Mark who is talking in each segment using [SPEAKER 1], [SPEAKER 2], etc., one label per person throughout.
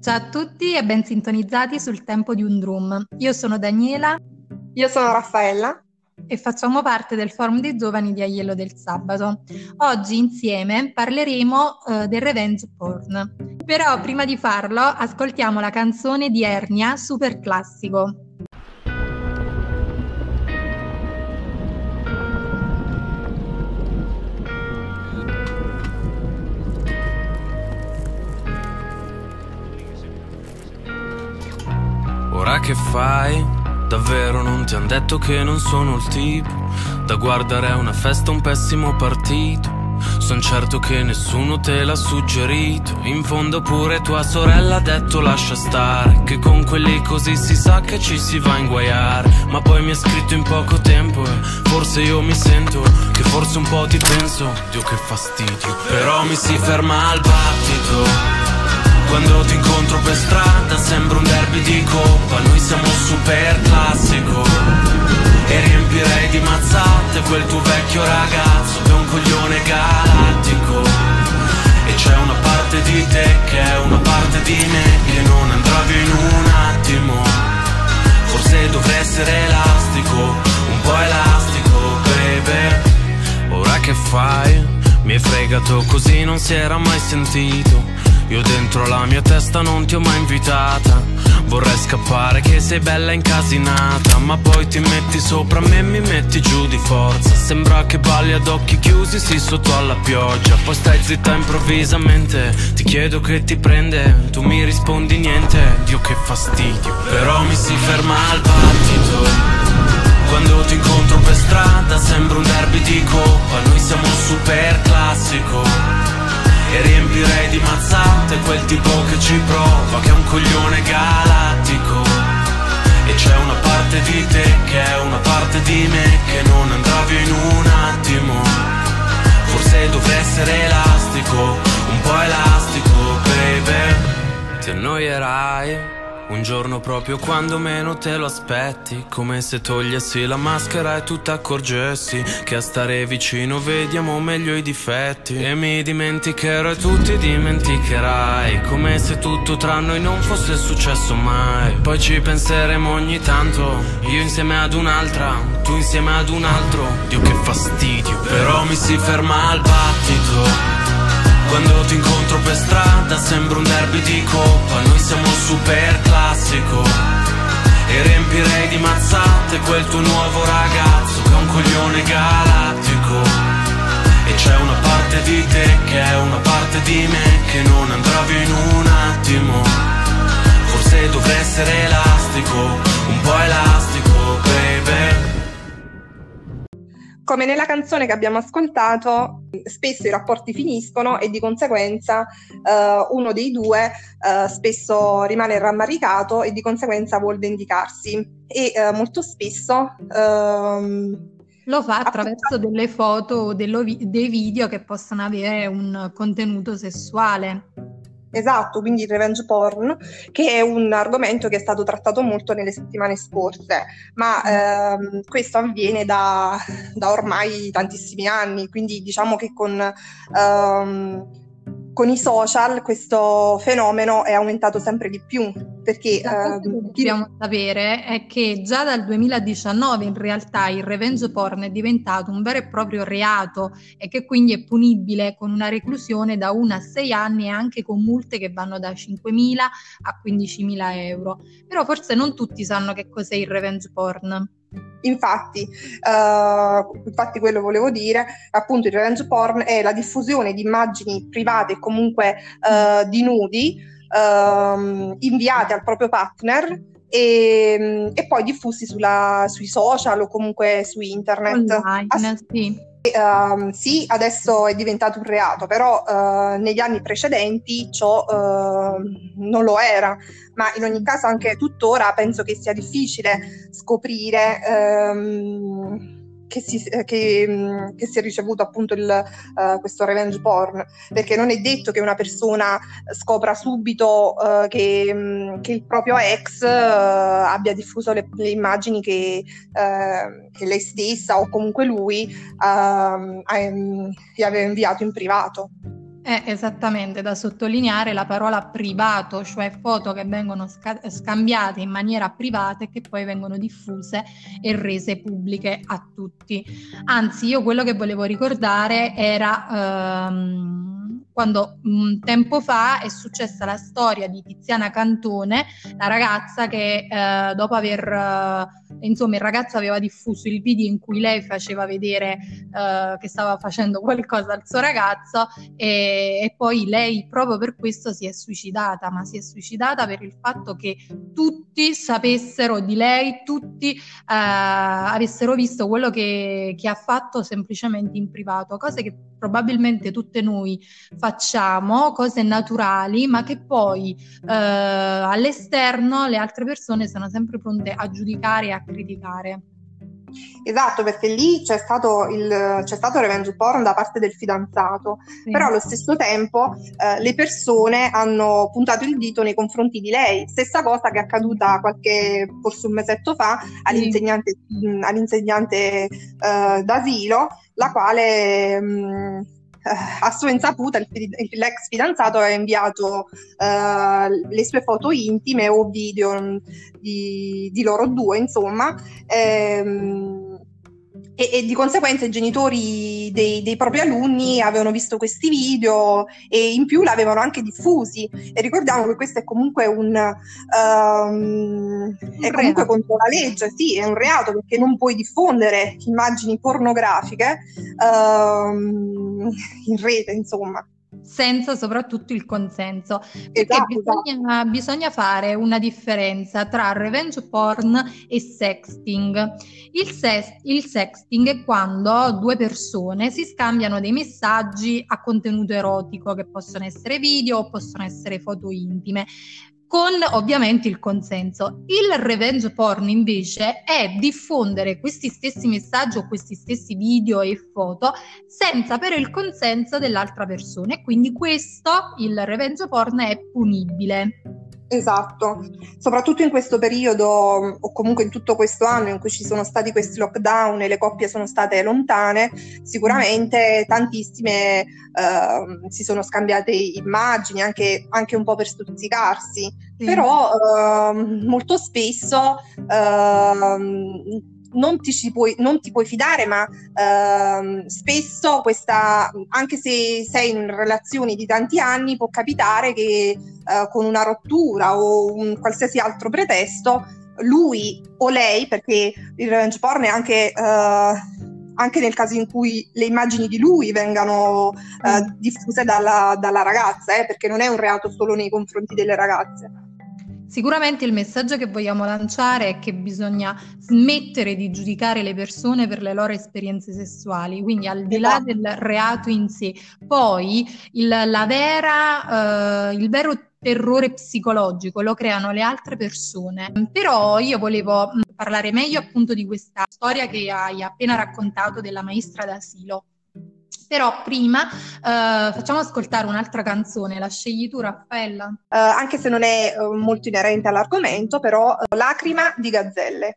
[SPEAKER 1] Ciao a tutti e ben sintonizzati sul tempo di un drum. Io sono Daniela
[SPEAKER 2] Io sono Raffaella.
[SPEAKER 1] e facciamo parte del forum dei giovani di Aiello del Sabato. Oggi insieme parleremo del revenge porn. Però prima di farlo ascoltiamo la canzone di Ernia, super classico.
[SPEAKER 3] Ora che fai? Davvero non ti han detto che non sono il tipo da guardare a una festa un pessimo partito? Son certo che nessuno te l'ha suggerito. In fondo pure tua sorella ha detto lascia stare, che con quelli così si sa che ci si va a inguaiare. Ma poi mi ha scritto in poco tempo e forse io mi sento che forse un po' ti penso. Dio che fastidio, però mi si ferma al battito. Quando ti incontro per strada sembra un derby di coppa. Noi siamo super classico e riempirei di mazzate quel tuo vecchio ragazzo che è un coglione galattico. E c'è una parte di te che è una parte di me che non andrà via in un attimo. Forse dovrei essere elastico, un po' elastico, baby. Ora che fai? Mi hai fregato così non si era mai sentito. Io dentro la mia testa non ti ho mai invitata. Vorrei scappare che sei bella incasinata, ma poi ti metti sopra me e mi metti giù di forza. Sembra che balli ad occhi chiusi, sì, sotto alla pioggia. Poi stai zitta improvvisamente, ti chiedo che ti prende, tu mi rispondi niente. Dio che fastidio, però mi si ferma al battito. Quando ti incontro per strada sembra un derby di coppa. Noi siamo super classico e riempirei di mazzate quel tipo che ci prova, che è un coglione galattico. E c'è una parte di te che è una parte di me che non andrà via in un attimo. Forse dovrei essere elastico, un po' elastico, baby. Ti annoierai un giorno proprio quando meno te lo aspetti, come se togliessi la maschera e tu ti accorgessi che a stare vicino vediamo meglio i difetti. E mi dimenticherò e tu ti dimenticherai, come se tutto tra noi non fosse successo mai. Poi ci penseremo ogni tanto, io insieme ad un'altra, tu insieme ad un altro. Dio che fastidio, però mi si ferma al battito. Quando ti incontro per strada sembra un derby di coppa. Noi siamo super classico e riempirei di mazzate quel tuo nuovo ragazzo che è un coglione galattico. E c'è una parte di te che è una parte di me che non andrà via in un attimo. Forse dovrei essere elastico, un po' elastico, baby.
[SPEAKER 2] Come nella canzone che abbiamo ascoltato, spesso i rapporti finiscono e di conseguenza uno dei due spesso rimane rammaricato e di conseguenza vuol vendicarsi. E molto spesso
[SPEAKER 1] Lo fa attraverso delle foto o dei video che possono avere un contenuto sessuale.
[SPEAKER 2] Esatto, quindi il revenge porn, che è un argomento che è stato trattato molto nelle settimane scorse, ma questo avviene da ormai tantissimi anni, quindi diciamo che con i social questo fenomeno è aumentato sempre di più, perché
[SPEAKER 1] La cosa che dobbiamo sapere è che già dal 2019 in realtà il revenge porn è diventato un vero e proprio reato e che quindi è punibile con una reclusione da 1 a 6 anni e anche con multe che vanno da 5.000 a 15.000 euro. Però forse non tutti sanno che cos'è il revenge porn.
[SPEAKER 2] Infatti quello volevo dire, appunto il revenge porn è la diffusione di immagini private e comunque di nudi inviate al proprio partner e poi diffusi sui social o comunque su internet.
[SPEAKER 1] Online, sì.
[SPEAKER 2] Sì, adesso è diventato un reato, però negli anni precedenti ciò non lo era, ma in ogni caso anche tuttora penso che sia difficile scoprire che sia ricevuto appunto questo revenge porn, perché non è detto che una persona scopra subito che il proprio ex abbia diffuso le immagini che lei stessa o comunque lui gli aveva inviato in privato.
[SPEAKER 1] È esattamente da sottolineare la parola privato, cioè foto che vengono scambiate in maniera privata e che poi vengono diffuse e rese pubbliche a tutti. Anzi, io quello che volevo ricordare era quando un tempo fa è successa la storia di Tiziana Cantone, la ragazza che dopo aver insomma, il ragazzo aveva diffuso il video in cui lei faceva vedere che stava facendo qualcosa al suo ragazzo e poi lei proprio per questo si è suicidata, ma si è suicidata per il fatto che tutti sapessero di lei, tutti avessero visto quello che ha fatto semplicemente in privato, cose che probabilmente tutte noi facciamo, cose naturali, ma che poi all'esterno le altre persone sono sempre pronte a giudicare e a criticare.
[SPEAKER 2] Esatto, perché lì c'è stato revenge porn da parte del fidanzato, sì. Però allo stesso tempo le persone hanno puntato il dito nei confronti di lei. Stessa cosa che è accaduta forse un mesetto fa all'insegnante d'asilo, la quale a sua insaputa l'ex fidanzato aveva inviato le sue foto intime o video di loro due, insomma, e di conseguenza i genitori dei propri alunni avevano visto questi video e in più l'avevano anche diffusi, e ricordiamo che questo è comunque è comunque contro la legge, sì, è un reato, perché non puoi diffondere immagini pornografiche in rete, insomma.
[SPEAKER 1] Senza soprattutto il consenso, perché bisogna fare una differenza tra revenge porn e sexting. Il sexting è quando due persone si scambiano dei messaggi a contenuto erotico, che possono essere video o possono essere foto intime, con ovviamente il consenso. Il revenge porn invece è diffondere questi stessi messaggi o questi stessi video e foto senza avere il consenso dell'altra persona, e quindi il revenge porn è punibile.
[SPEAKER 2] Esatto, soprattutto in questo periodo o comunque in tutto questo anno in cui ci sono stati questi lockdown e le coppie sono state lontane, sicuramente tantissime si sono scambiate immagini anche un po' per stuzzicarsi, sì. Però molto spesso non ti puoi fidare, ma spesso anche se sei in relazioni di tanti anni, può capitare che con una rottura o un qualsiasi altro pretesto lui o lei, perché il revenge porn è anche nel caso in cui le immagini di lui vengano diffuse dalla ragazza, perché non è un reato solo nei confronti delle ragazze.
[SPEAKER 1] Sicuramente il messaggio che vogliamo lanciare è che bisogna smettere di giudicare le persone per le loro esperienze sessuali, quindi al di là del reato in sé, poi il vero terrore psicologico lo creano le altre persone. Però io volevo parlare meglio appunto di questa storia che hai appena raccontato della maestra d'asilo. Però prima facciamo ascoltare un'altra canzone, la scegli tu, Raffaella?
[SPEAKER 2] Anche se non è molto inerente all'argomento, però Lacrima di Gazzelle.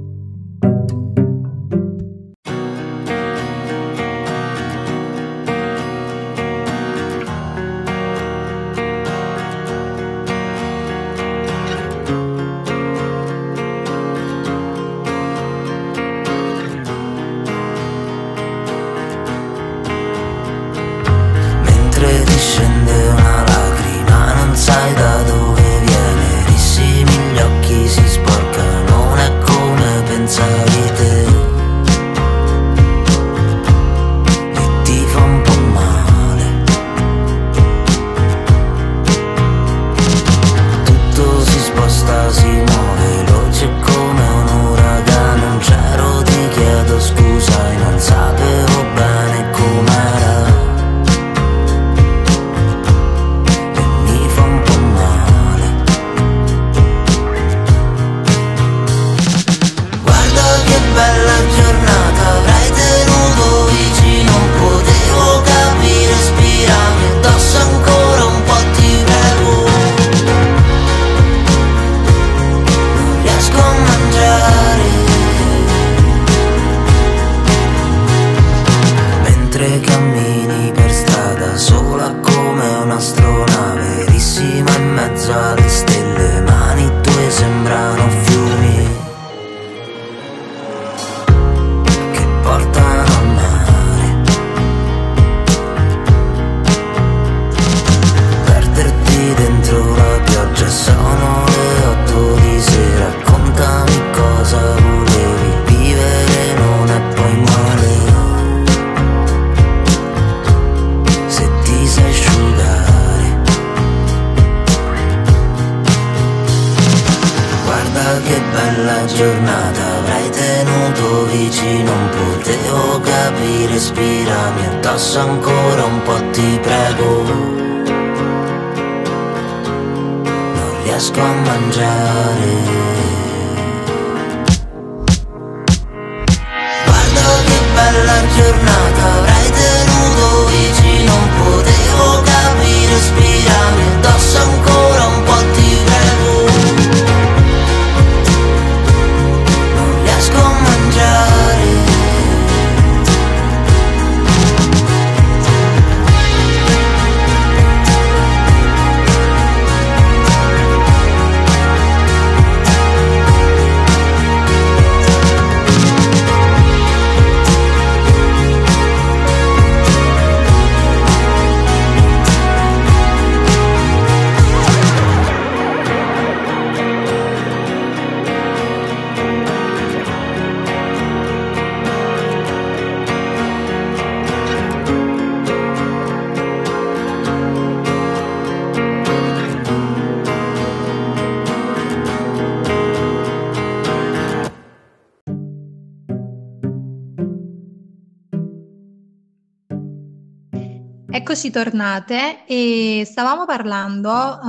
[SPEAKER 4] Sai da dove viene, rissimi gli occhi si sporcano, non è come pensavi te, e ti fa un po' male. Tutto si sposta, si muove, veloce come un uragano, un cielo, ti chiedo scusa e non sapevo bene com'era. Ma giornata avrai tenuto vicino, non potevo capire, respirami addosso ancora un po', ti prego. Non riesco a mangiare. Guarda che bella giornata avrai tenuto vicino, non potevo capire, respirami addosso ancora un po', ti prego. Non riesco a mangiare.
[SPEAKER 1] Eccoci tornate e stavamo parlando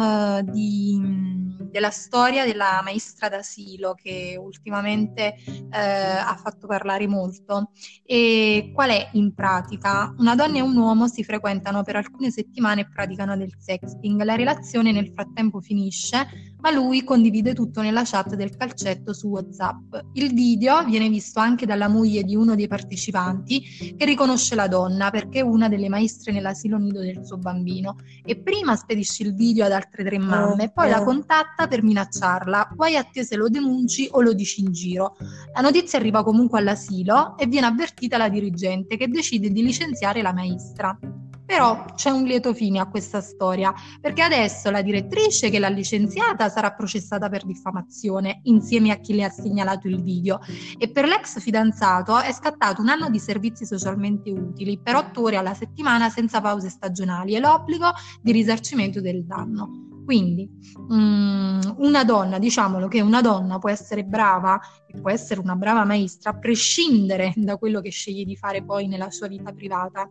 [SPEAKER 1] della storia della maestra d'asilo che ultimamente ha fatto parlare molto. E qual è in pratica? Una donna e un uomo si frequentano per alcune settimane e praticano del sexting. La relazione nel frattempo finisce, ma lui condivide tutto nella chat del calcetto su WhatsApp. Il video viene visto anche dalla moglie di uno dei partecipanti, che riconosce la donna perché è una delle maestre nell'asilo nido del suo bambino, e prima spedisce il video ad altre 3 mamme, poi la contatta per minacciarla: guai a te se lo denunci o lo dici in giro. La notizia arriva comunque all'asilo e viene avvertita la dirigente, che decide di licenziare la maestra. Però c'è un lieto fine a questa storia, perché adesso la direttrice che l'ha licenziata sarà processata per diffamazione insieme a chi le ha segnalato il video, e per l'ex fidanzato è scattato 1 anno di servizi socialmente utili per 8 ore alla settimana senza pause stagionali e l'obbligo di risarcimento del danno. Quindi una donna, diciamolo che una donna può essere brava e può essere una brava maestra a prescindere da quello che sceglie di fare poi nella sua vita privata.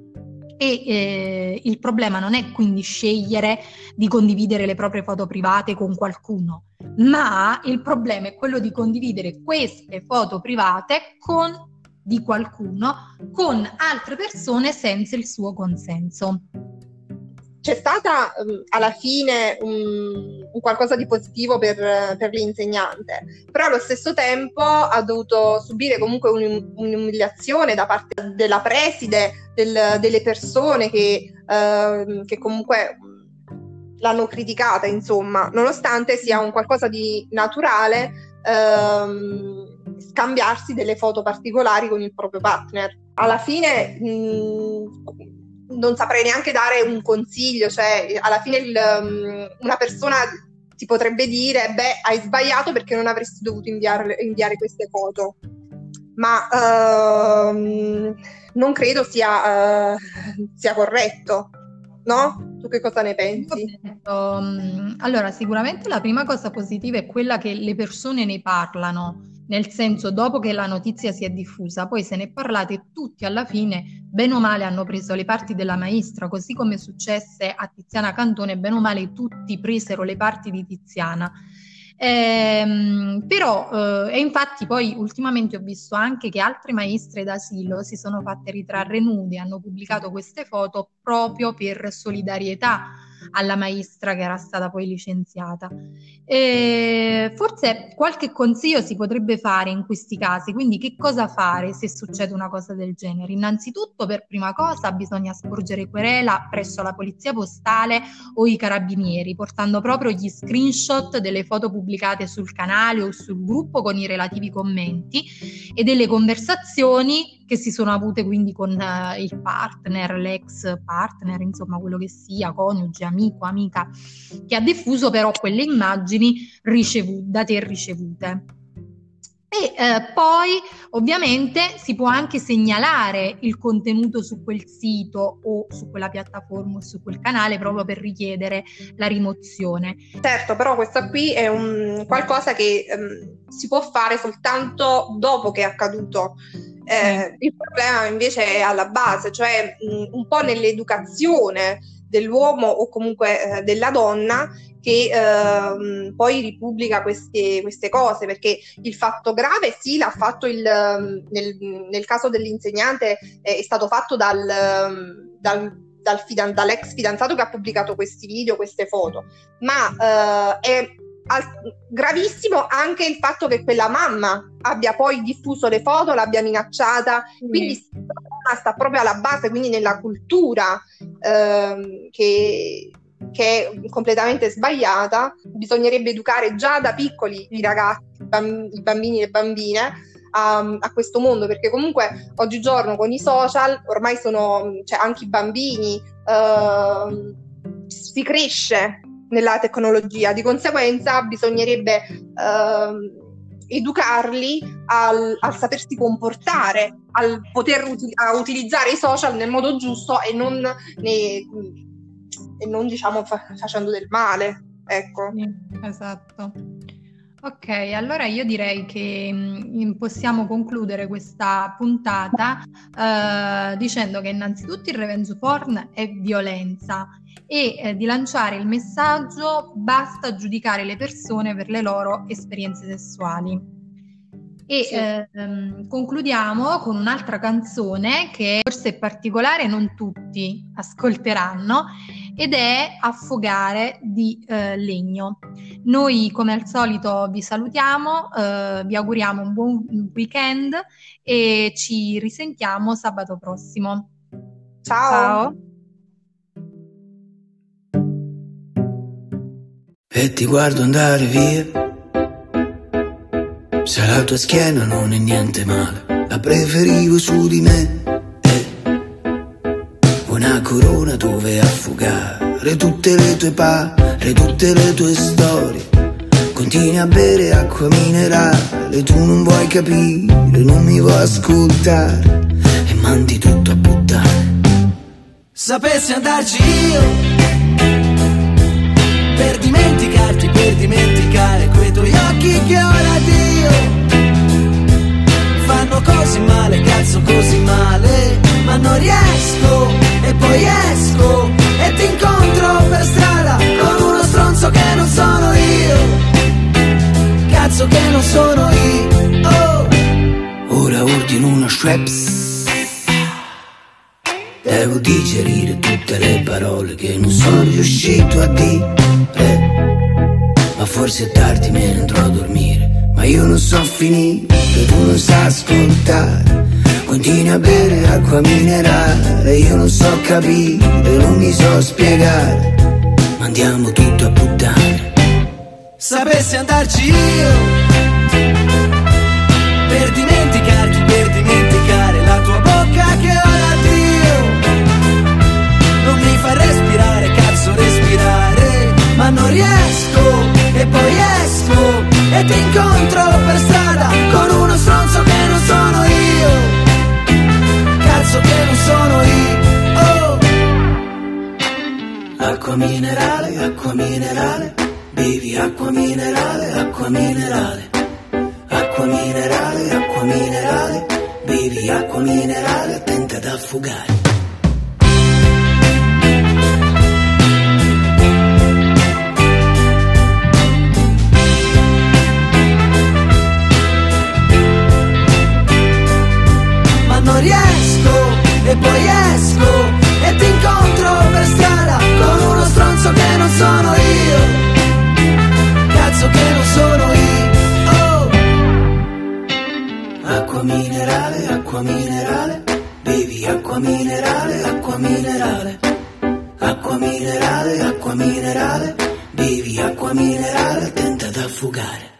[SPEAKER 1] E il problema non è quindi scegliere di condividere le proprie foto private con qualcuno, ma il problema è quello di condividere queste foto private di qualcuno con altre persone senza il suo consenso.
[SPEAKER 2] C'è stata alla fine un qualcosa di positivo per l'insegnante, però allo stesso tempo ha dovuto subire comunque un'umiliazione da parte della preside, delle persone che comunque l'hanno criticata, insomma, nonostante sia un qualcosa di naturale scambiarsi delle foto particolari con il proprio partner. Alla fine non saprei neanche dare un consiglio, cioè alla fine una persona ti potrebbe dire: beh, hai sbagliato perché non avresti dovuto inviare queste foto, ma non credo sia corretto, no? Tu che cosa ne pensi?
[SPEAKER 1] Allora, sicuramente la prima cosa positiva è quella che le persone ne parlano, nel senso, dopo che la notizia si è diffusa, poi se ne è parlato e tutti alla fine, bene o male, hanno preso le parti della maestra, così come successe a Tiziana Cantone, bene o male tutti presero le parti di Tiziana. Però e infatti poi ultimamente ho visto anche che altre maestre d'asilo si sono fatte ritrarre nude, hanno pubblicato queste foto proprio per solidarietà alla maestra che era stata poi licenziata. Forse qualche consiglio si potrebbe fare in questi casi. Quindi che cosa fare se succede una cosa del genere? Innanzitutto, per prima cosa bisogna sporgere querela presso la polizia postale o i carabinieri, portando proprio gli screenshot delle foto pubblicate sul canale o sul gruppo con i relativi commenti e delle conversazioni che si sono avute quindi con il partner, l'ex partner, insomma quello che sia, coniuge, amico, amica, che ha diffuso però quelle immagini da te ricevute. E poi ovviamente si può anche segnalare il contenuto su quel sito o su quella piattaforma o su quel canale proprio per richiedere la rimozione.
[SPEAKER 2] Certo, però questa qui è qualcosa che si può fare soltanto dopo che è accaduto. Il problema invece è alla base, cioè un po' nell'educazione dell'uomo o comunque della donna che poi ripubblica queste cose, perché il fatto grave sì l'ha fatto nel caso dell'insegnante, è stato fatto dall'ex fidanzato che ha pubblicato questi video, queste foto, ma è gravissimo anche il fatto che quella mamma abbia poi diffuso le foto, l'abbia minacciata, quindi sta proprio alla base, quindi nella cultura che è completamente sbagliata. Bisognerebbe educare già da piccoli i ragazzi, i bambini e le bambine a questo mondo, perché comunque oggigiorno con i social ormai cioè anche i bambini si cresce nella tecnologia, di conseguenza bisognerebbe educarli al sapersi comportare, al poter utilizzare i social nel modo giusto e non diciamo facendo del male, ecco.
[SPEAKER 1] Sì, esatto. Ok, allora io direi che possiamo concludere questa puntata dicendo che innanzitutto il revenge porn è violenza e di lanciare il messaggio: basta giudicare le persone per le loro esperienze sessuali. E concludiamo con un'altra canzone che forse è particolare, non tutti ascolteranno, ed è Affogare di Legno. Noi come al solito vi salutiamo, vi auguriamo un buon weekend e ci risentiamo sabato prossimo.
[SPEAKER 2] Ciao.
[SPEAKER 5] E ti guardo andare via, se la tua schiena non è niente male, la preferivo su di me. Una corona dove affogare tutte le tue pare, tutte le tue storie. Continui a bere acqua minerale, tu non vuoi capire, non mi vuoi ascoltare e mandi tutto a buttare.
[SPEAKER 4] Sapessi andarci io per dimenticarti, per dimenticare quei tuoi occhi che ora Dio fanno così male, cazzo così male, ma non riesco e poi esco e ti incontro per strada con uno stronzo che non sono io, cazzo che non sono io.
[SPEAKER 5] Ora ordino uno Schweppes, devo digerire tutte le parole che non sono riuscito a dire, ma forse è tardi, me ne andrò a dormire, ma io non so finire, tu non sai ascoltare. Continui a bere acqua minerale, io non so capire, non mi so spiegare, ma andiamo tutto a buttare.
[SPEAKER 4] Sapessi andarci io per dimenticarti, per dimenticare la tua bocca che ora Dio non mi fa respirare, cazzo respirare, ma non riesco e poi esco e ti incontro per strada con uno stronzo che non sono io, cazzo che non sono io.
[SPEAKER 5] Acqua minerale, bevi acqua minerale, acqua minerale. Acqua minerale, bevi acqua minerale, tenta ad affogare.
[SPEAKER 4] Ma non riesco e poi esco e ti incontro per strada con uno stronzo che non sono io, cazzo che non sono io.
[SPEAKER 5] Acqua minerale, bevi acqua minerale, acqua minerale. Acqua minerale, bevi acqua minerale, tenta ad affogare.